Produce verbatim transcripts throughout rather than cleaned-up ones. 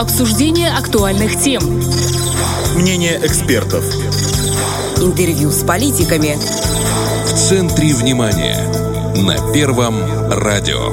Обсуждение актуальных тем. Мнение экспертов. Интервью с политиками. В центре внимания. На Первом радио.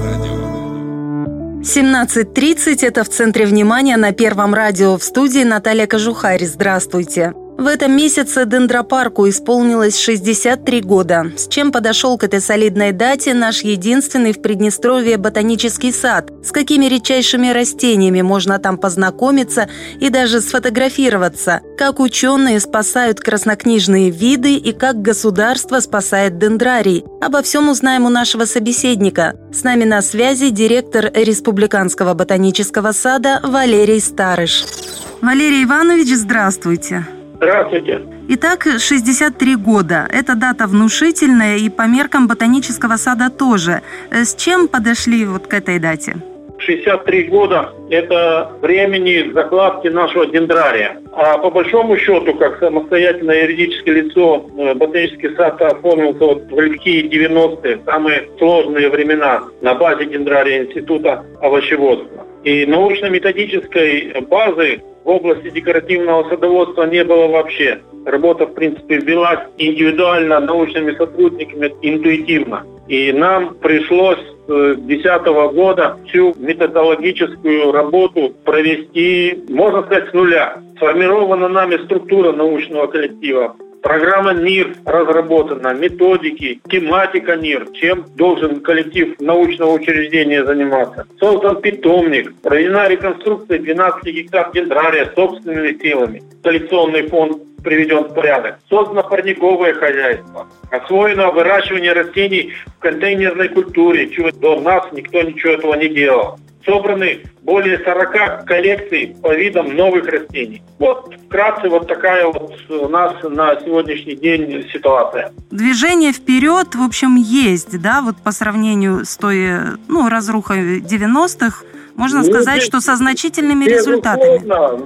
семнадцать тридцать. Это «В центре внимания» на Первом радио. В студии Наталья Кожухарь. Здравствуйте. В этом месяце дендропарку исполнилось шестьдесят три года, с чем подошел к этой солидной дате наш единственный в Приднестровье ботанический сад, с какими редчайшими растениями можно там познакомиться и даже сфотографироваться, как ученые спасают краснокнижные виды и как государство спасает дендрарий. Обо всем узнаем у нашего собеседника. С нами на связи директор Республиканского ботанического сада Валерий Старыш. Валерий Иванович, здравствуйте. Здравствуйте. Итак, шестьдесят три года. Эта дата внушительная и по меркам ботанического сада тоже. С чем подошли вот к этой дате? шестьдесят три года – это времени закладки нашего дендрария. А по большому счету, как самостоятельное юридическое лицо, ботанический сад оформился вот в лихие девяностые, самые сложные времена, на базе дендрария Института овощеводства. И научно-методической базы в области декоративного садоводства не было вообще. Работа, в принципе, велась индивидуально научными сотрудниками, интуитивно. И нам пришлось с две тысячи десятого года всю методологическую работу провести, можно сказать, с нуля. Сформирована нами структура научного коллектива. Программа НИР разработана, методики, тематика НИР, чем должен коллектив научного учреждения заниматься. Создан питомник, проведена реконструкция двенадцати гектар дендрария собственными силами. Коллекционный фонд приведен в порядок. Создано парниковое хозяйство. Освоено выращивание растений в контейнерной культуре, чего до нас никто ничего этого не делал. Собраны более сорока коллекций по видам новых растений. Вот вкратце вот такая вот у нас на сегодняшний день ситуация. Движение вперед, в общем, есть, да, вот по сравнению с той, ну, разрухой девяностых, можно сказать, ну, что со значительными результатами.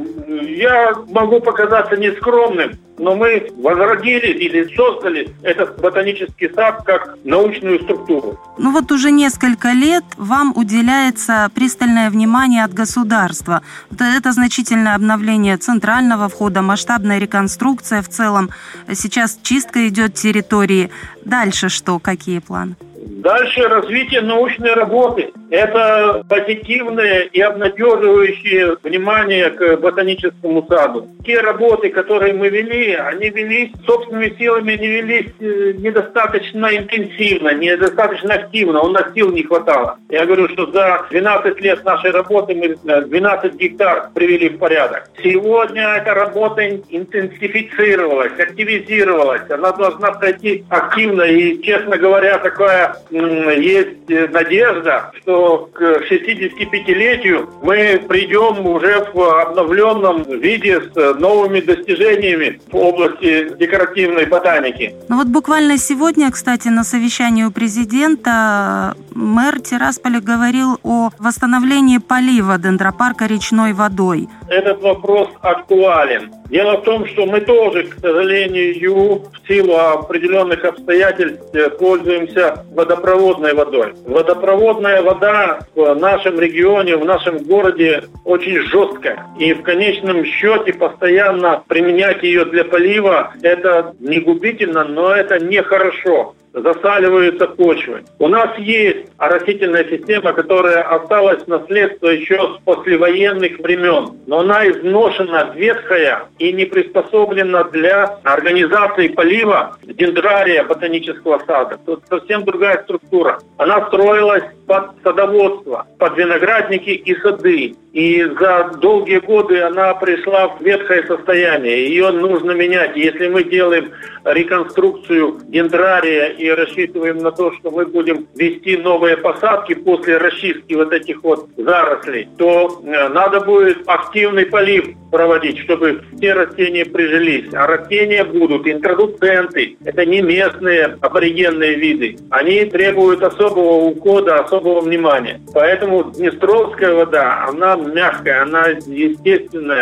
Я могу показаться нескромным, но мы возродили или создали этот ботанический сад как научную структуру. Ну вот уже несколько лет вам уделяется пристальное внимание от государства. Это, это значительное обновление центрального входа, масштабная реконструкция в целом. Сейчас чистка идет территории. Дальше что? Какие планы? Дальше развитие научной работы. Это позитивное и обнадеживающее внимание к ботаническому саду. Те работы, которые мы вели, они велись собственными силами, они велись недостаточно интенсивно, недостаточно активно. У нас сил не хватало. Я говорю, что за двенадцать лет нашей работы мы двенадцать гектар привели в порядок. Сегодня эта работа интенсифицировалась, активизировалась. Она должна пройти активно. И, честно говоря, такая есть надежда, что к шестидесятипятилетию мы придем уже в обновленном виде с новыми достижениями в области декоративной ботаники. Ну вот буквально сегодня, кстати, на совещании у президента мэр Тирасполя говорил о восстановлении полива дендропарка речной водой. Этот вопрос актуален. Дело в том, что мы тоже, к сожалению, в силу определенных обстоятельств пользуемся водопроводной водой. Водопроводная вода в нашем регионе, в нашем городе очень жесткая. И в конечном счете постоянно применять ее для полива – это не губительно, но это нехорошо. Засаливаются почвы. У нас есть оросительная система, которая осталась в наследство еще с послевоенных времен, но она изношена, ветхая и не приспособлена для организации полива дендрария ботанического сада. Тут совсем другая структура. Она строилась под садоводство, под виноградники и сады. И за долгие годы она пришла в ветхое состояние. Ее нужно менять. Если мы делаем реконструкцию дендрария и рассчитываем на то, что мы будем вести новые посадки после расчистки вот этих вот зарослей, то надо будет активный полив проводить, чтобы все растения прижились. А растения будут интродуценты. Это не местные аборигенные виды. Они требуют особого ухода, особого внимания. Поэтому днестровская вода, она мягкая, она естественная.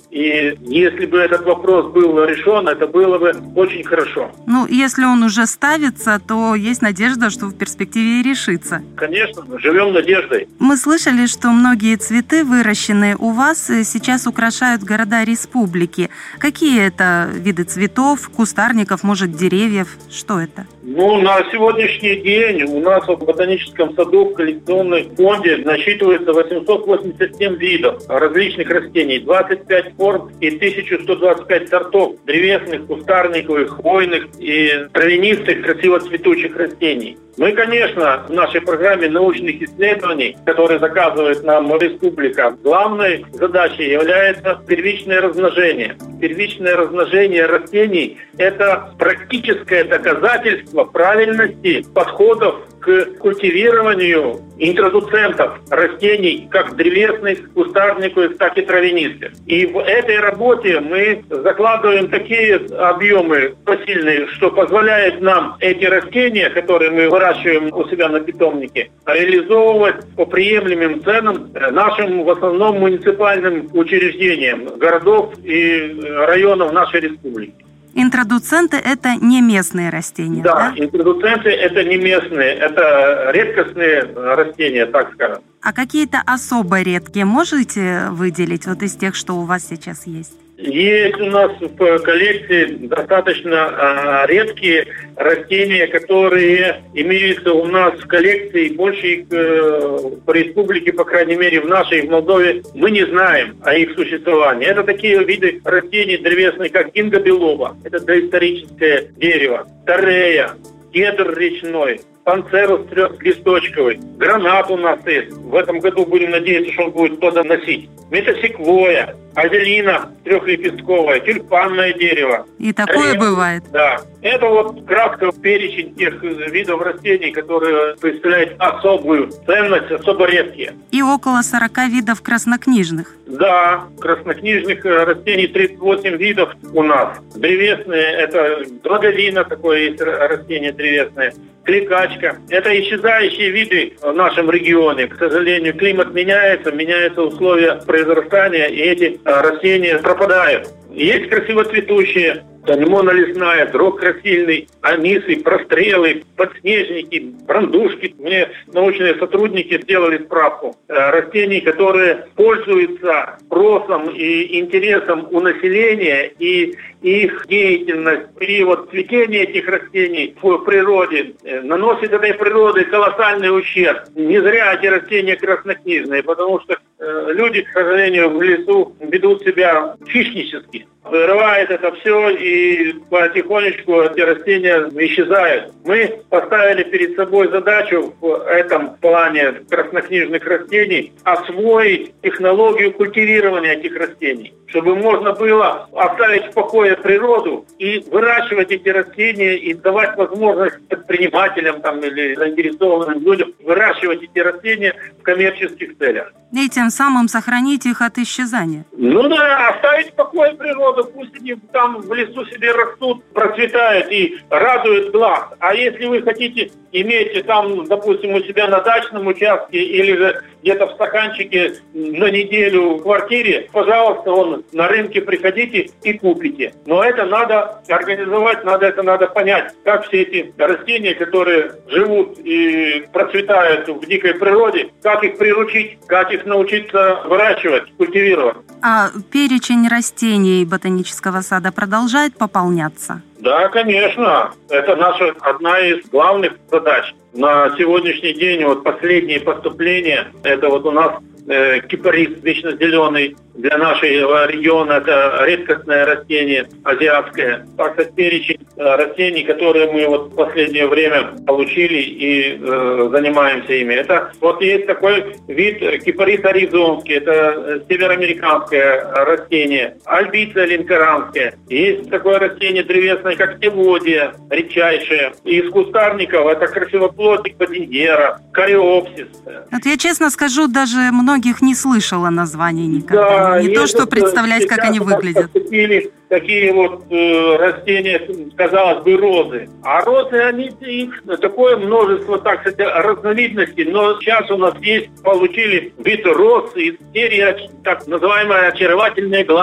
И если бы этот вопрос был решен, это было бы очень хорошо. Ну, если он уже ставится, то есть надежда, что в перспективе и решится. Конечно, живем надеждой. Мы слышали, что многие цветы, выращенные у вас, сейчас украшают города республики. Какие это виды цветов, кустарников, может, деревьев? Что это? Ну, на сегодняшний день у нас в ботаническом саду в коллекционном фонде насчитывается восемьсот восемьдесят семь видов различных растений, двадцать пять форм и тысяча сто двадцать пять сортов древесных, кустарниковых, хвойных и травянистых, красиво цветущих растений. Мы, конечно, в нашей программе научных исследований, которые заказывает нам республика, главной задачей является первичное размножение. Первичное размножение растений – это практическое доказательство правильности подходов к культивированию интродуцентов растений, как древесных, кустарниковых, так и травянистых. И в этой работе мы закладываем такие объемы посильные, что позволяет нам эти растения, которые мы выращиваем у себя на питомнике, реализовывать по приемлемым ценам нашим в основном муниципальным учреждениям городов и районов нашей республики. Интродуценты – это не местные растения, да? Да, интродуценты – это не местные, это редкостные растения, так скажем. А какие-то особо редкие можете выделить вот из тех, что у вас сейчас есть? Есть у нас в коллекции достаточно э, редкие растения, которые имеются у нас в коллекции. Больше их э, по республике, по крайней мере в нашей, в Молдове, мы не знаем о их существовании. Это такие виды растений древесные, как гинго белоба, это доисторическое дерево, тарея, кедр речной, панцерус трехлисточковый, гранат у нас есть. В этом году будем надеяться, что он будет плодоносить. Метасеквоя, азелина трехлепестковая, тюльпанное дерево. И такое Рем, бывает? Да. Это вот кратко перечень тех видов растений, которые представляют особую ценность, особо редкие. И около сорока видов краснокнижных. Да, краснокнижных растений тридцать восемь видов у нас. Древесные – это благовина, такое есть растение древесное. Кликачка. Это исчезающие виды в нашем регионе. К сожалению, климат меняется, меняются условия произрастания, и эти растения пропадают. Есть красиво цветущие, анимона лесная, дрог красильный, амисы, прострелы, подснежники, брандушки. Мне научные сотрудники сделали справку растений, которые пользуются спросом и интересом у населения, и их деятельность, период цветения этих растений в природе наносит этой природе колоссальный ущерб. Не зря эти растения краснокнижные, потому что э, люди, к сожалению, в лесу ведут себя хищнически. Вырывает это все, и потихонечку эти растения исчезают. Мы поставили перед собой задачу в этом плане краснокнижных растений освоить технологию культивирования этих растений, чтобы можно было оставить в покое природу и выращивать эти растения и давать возможность предпринимателям там, или заинтересованным людям выращивать эти растения в коммерческих целях. И тем самым сохранить их от исчезания. Ну да, оставить в покое природу, пусть они там в лесу себе растут, процветают и радуют глаз. А если вы хотите иметь там, допустим, у себя на дачном участке или же где-то в стаканчике на неделю в квартире, пожалуйста, вон, на рынке приходите и купите. Но это надо организовать, надо это надо понять, как все эти растения, которые живут и процветают в дикой природе, как их приручить, как их научиться выращивать, культивировать. А перечень растений ботанического сада продолжает пополняться? Да, конечно. Это наша одна из главных задач. На сегодняшний день вот последние поступления, это вот у нас э, кипарис вечно зеленый, для нашего региона это редкостное растение азиатское. Так сказать, перечень э, растений, которые мы вот в последнее время получили и э, занимаемся ими. Это вот есть такой вид кипарис аризонский, это североамериканское растение, альбиция линкоранская. Есть такое растение древесное, как эводия, редчайшее. Из кустарников это красивоплотник бодингера, кариопсис. Вот я честно скажу, даже многих не слышала названий никогда. Да, не то, что представлять, как они выглядят. Такие вот э, растения, казалось бы, розы. А розы, они, их такое множество, так сказать, разновидностей. Но сейчас у нас есть, получили вид роз из серии так называемые очаровательные глазки.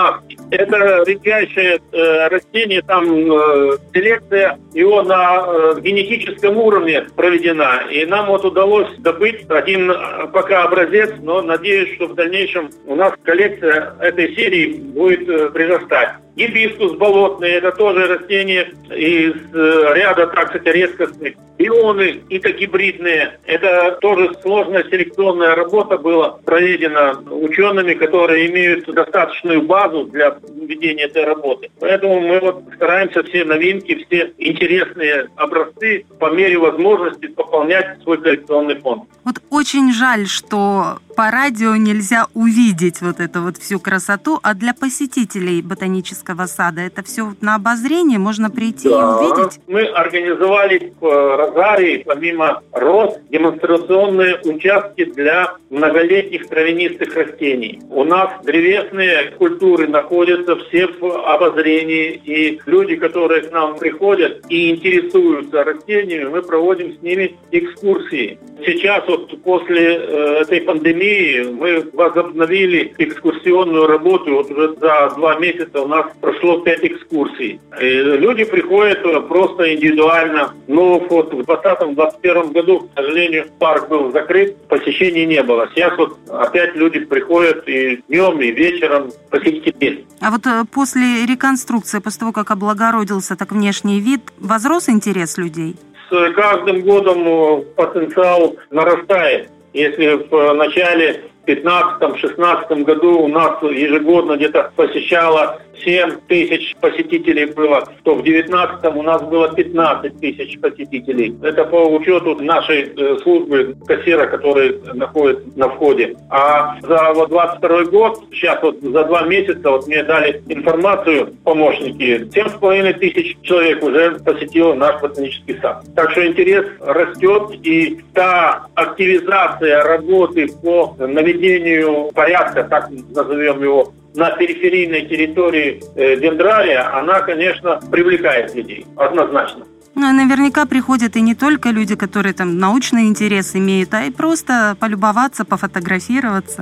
Это редчайшее э, растение, там э, селекция его на э, генетическом уровне проведена. И нам вот удалось добыть один э, пока образец, но надеюсь, что в дальнейшем у нас коллекция этой серии будет э, прирастать. Гибискус болотный – это тоже растение из э, ряда, так сказать, редкостных. Пионы итогибридные – это тоже сложная селекционная работа была проведена учеными, которые имеют достаточную базу для ведения этой работы. Поэтому мы вот стараемся все новинки, все интересные образцы по мере возможности пополнять свой коллекционный фонд. Вот очень жаль, что по радио нельзя увидеть вот эту вот всю красоту, а для посетителей ботанического сада это все на обозрение, можно прийти да. и увидеть? Мы организовали в Розарии, помимо роз, демонстрационные участки для многолетних травянистых растений. У нас древесные культуры находятся все в обозрении, и люди, которые к нам приходят и интересуются растениями, мы проводим с ними экскурсии. Сейчас вот после э, этой пандемии мы возобновили экскурсионную работу. Вот уже за два месяца у нас прошло пять экскурсий. И люди приходят просто индивидуально. Но вот в двадцатом — двадцать первом году, к сожалению, парк был закрыт, посещений не было. Сейчас вот опять люди приходят и днем, и вечером посетить. А вот после реконструкции, после того, как облагородился так внешний вид, возрос интерес людей? С каждым годом потенциал нарастает. Если в начале пятнадцатом-шестнадцатом году у нас ежегодно где-то посещало семь тысяч посетителей было, то в девятнадцатом у нас было пятнадцать тысяч посетителей. Это по учету нашей службы кассира, который находится на входе. А за вот двадцать второй год, сейчас вот за два месяца, вот мне дали информацию помощники, семь с половиной тысяч человек уже посетило наш ботанический сад. Так что интерес растет, и та активизация работы по наведению порядка, так назовем его, на периферийной территории э, дендрария, она, конечно, привлекает людей, однозначно. Ну, и наверняка приходят и не только люди, которые там научный интерес имеют, а и просто полюбоваться, пофотографироваться.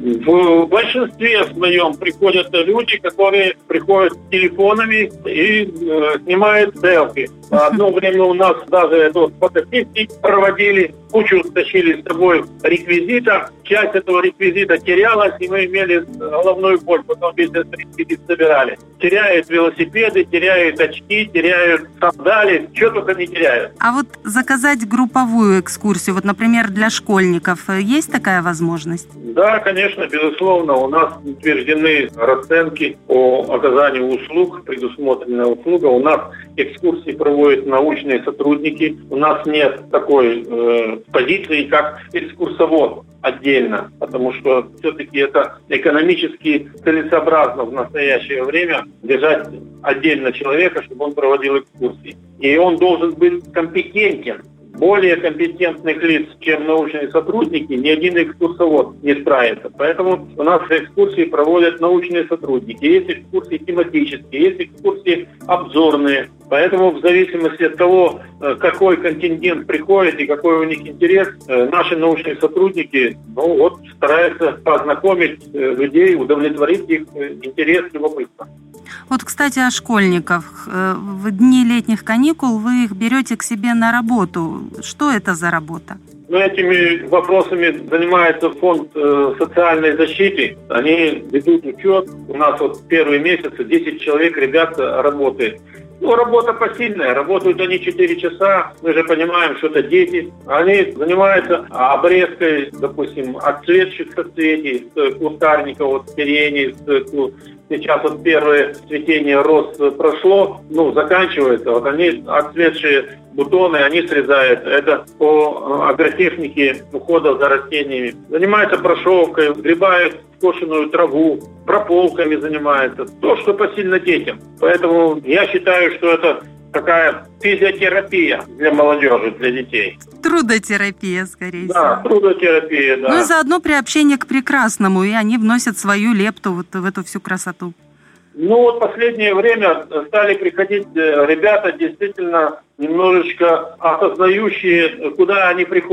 В большинстве своем приходят люди, которые приходят с телефонами и э, снимают селфи. Одно время у нас даже эту фотосессию проводили, кучу тащили с собой реквизита. Часть этого реквизита терялась, и мы имели головную боль, потом весь этот реквизит собирали. Теряют велосипеды, теряют очки, теряют сандали, что только не теряют. А вот заказать групповую экскурсию, вот, например, для школьников, есть такая возможность? Да, конечно, безусловно. У нас утверждены расценки по оказанию услуг, предусмотренная услуга. У нас экскурсии проводят научные сотрудники. У нас нет такой э, позиции, как экскурсовод отдельно, потому что все-таки это экономически целесообразно в настоящее время держать отдельно человека, чтобы он проводил экскурсии. И он должен быть компетентен. Более компетентных лиц, чем научные сотрудники, ни один экскурсовод не справится. Поэтому у нас экскурсии проводят научные сотрудники. Есть экскурсии тематические, есть экскурсии обзорные. Поэтому в зависимости от того, какой контингент приходит и какой у них интерес, наши научные сотрудники ну, вот, стараются познакомить людей, удовлетворить их интерес, любопытство. Вот, кстати, о школьниках. В дни летних каникул вы их берете к себе на работу. Что это за работа? Ну, этими вопросами занимается фонд э, социальной защиты. Они ведут учет. У нас вот первые месяцы десять человек, ребят, работает. Ну, работа посильная. Работают они четыре часа. Мы же понимаем, что это дети. Они занимаются обрезкой, допустим, отцветших соцветий, с кустарников, вот, сирени, с, сейчас вот первое цветение роз прошло, ну, заканчивается. Вот они отцветшие бутоны, они срезают. Это по агротехнике ухода за растениями. Занимаются прошивкой, сгребают скошенную траву, прополками занимаются. То, что посильно детям. Поэтому я считаю, что это такая физиотерапия для молодежи, для детей. Трудотерапия, скорее всего. Да, трудотерапия, да. Ну и заодно приобщение к прекрасному, и они вносят свою лепту вот в эту всю красоту. Ну вот в последнее время стали приходить ребята, действительно немножечко осознающие, куда они приходят.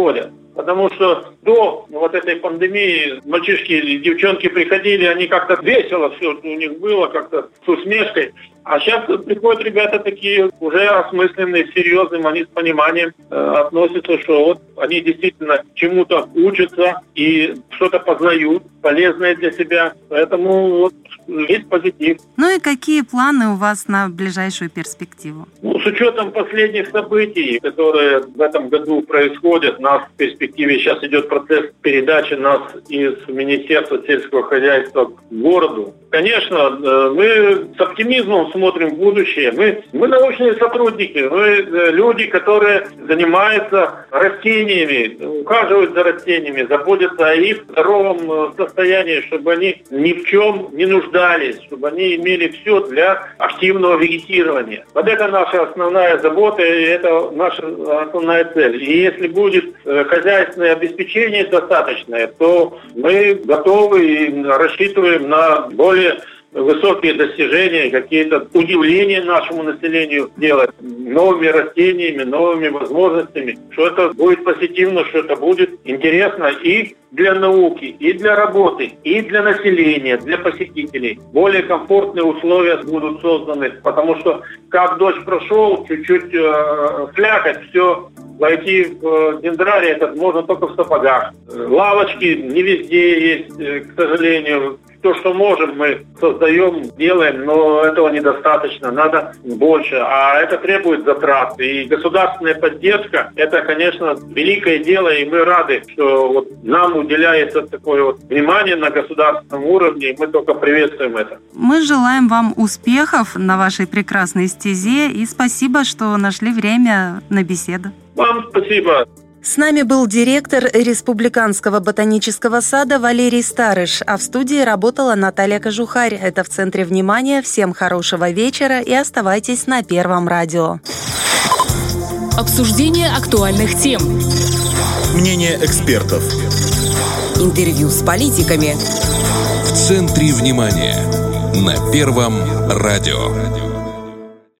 Потому что до вот этой пандемии мальчишки и девчонки приходили, они как-то весело все у них было, как-то с усмешкой. А сейчас приходят ребята такие уже осмысленные, серьезным, они с пониманием э, относятся, что вот они действительно чему-то учатся и что-то познают, полезное для себя. Поэтому вот есть позитив. Ну и какие планы у вас на ближайшую перспективу? Ну, с учетом последних событий, которые в этом году происходят, у нас в перспективе сейчас идет процесс передачи нас из Министерства сельского хозяйства к городу. Конечно, мы с оптимизмом смотрим в будущее. Мы, мы научные сотрудники, мы люди, которые занимаются растениями, ухаживают за растениями, заботятся о их здоровом состоянии, чтобы они ни в чем не нуждались, чтобы они имели все для активного вегетирования. Вот это наша основная забота, и это наша основная цель. И если будет хозяйственное обеспечение достаточное, то мы готовы и рассчитываем на более высокие достижения, какие-то удивления нашему населению делать новыми растениями, новыми возможностями, что это будет позитивно, что это будет интересно и для науки, и для работы, и для населения, для посетителей. Более комфортные условия будут созданы, потому что как дождь прошел, чуть-чуть э, слякоть, все, войти в дендрарий это можно только в сапогах. Лавочки не везде есть, к сожалению. То, что можем, мы создаем, делаем, но этого недостаточно, надо больше. А это требует затрат. И государственная поддержка, это, конечно, великое дело, и мы рады, что вот нам уделяется такое вот внимание на государственном уровне, и мы только приветствуем это. Мы желаем вам успехов на вашей прекрасной стезе, и спасибо, что нашли время на беседу. Вам спасибо. С нами был директор Республиканского ботанического сада Валерий Старыш, а в студии работала Наталья Кожухарь. Это в центре внимания. Всем хорошего вечера и оставайтесь на Первом радио. Обсуждение актуальных тем. Мнение экспертов. Интервью с политиками. В центре внимания. На Первом радио.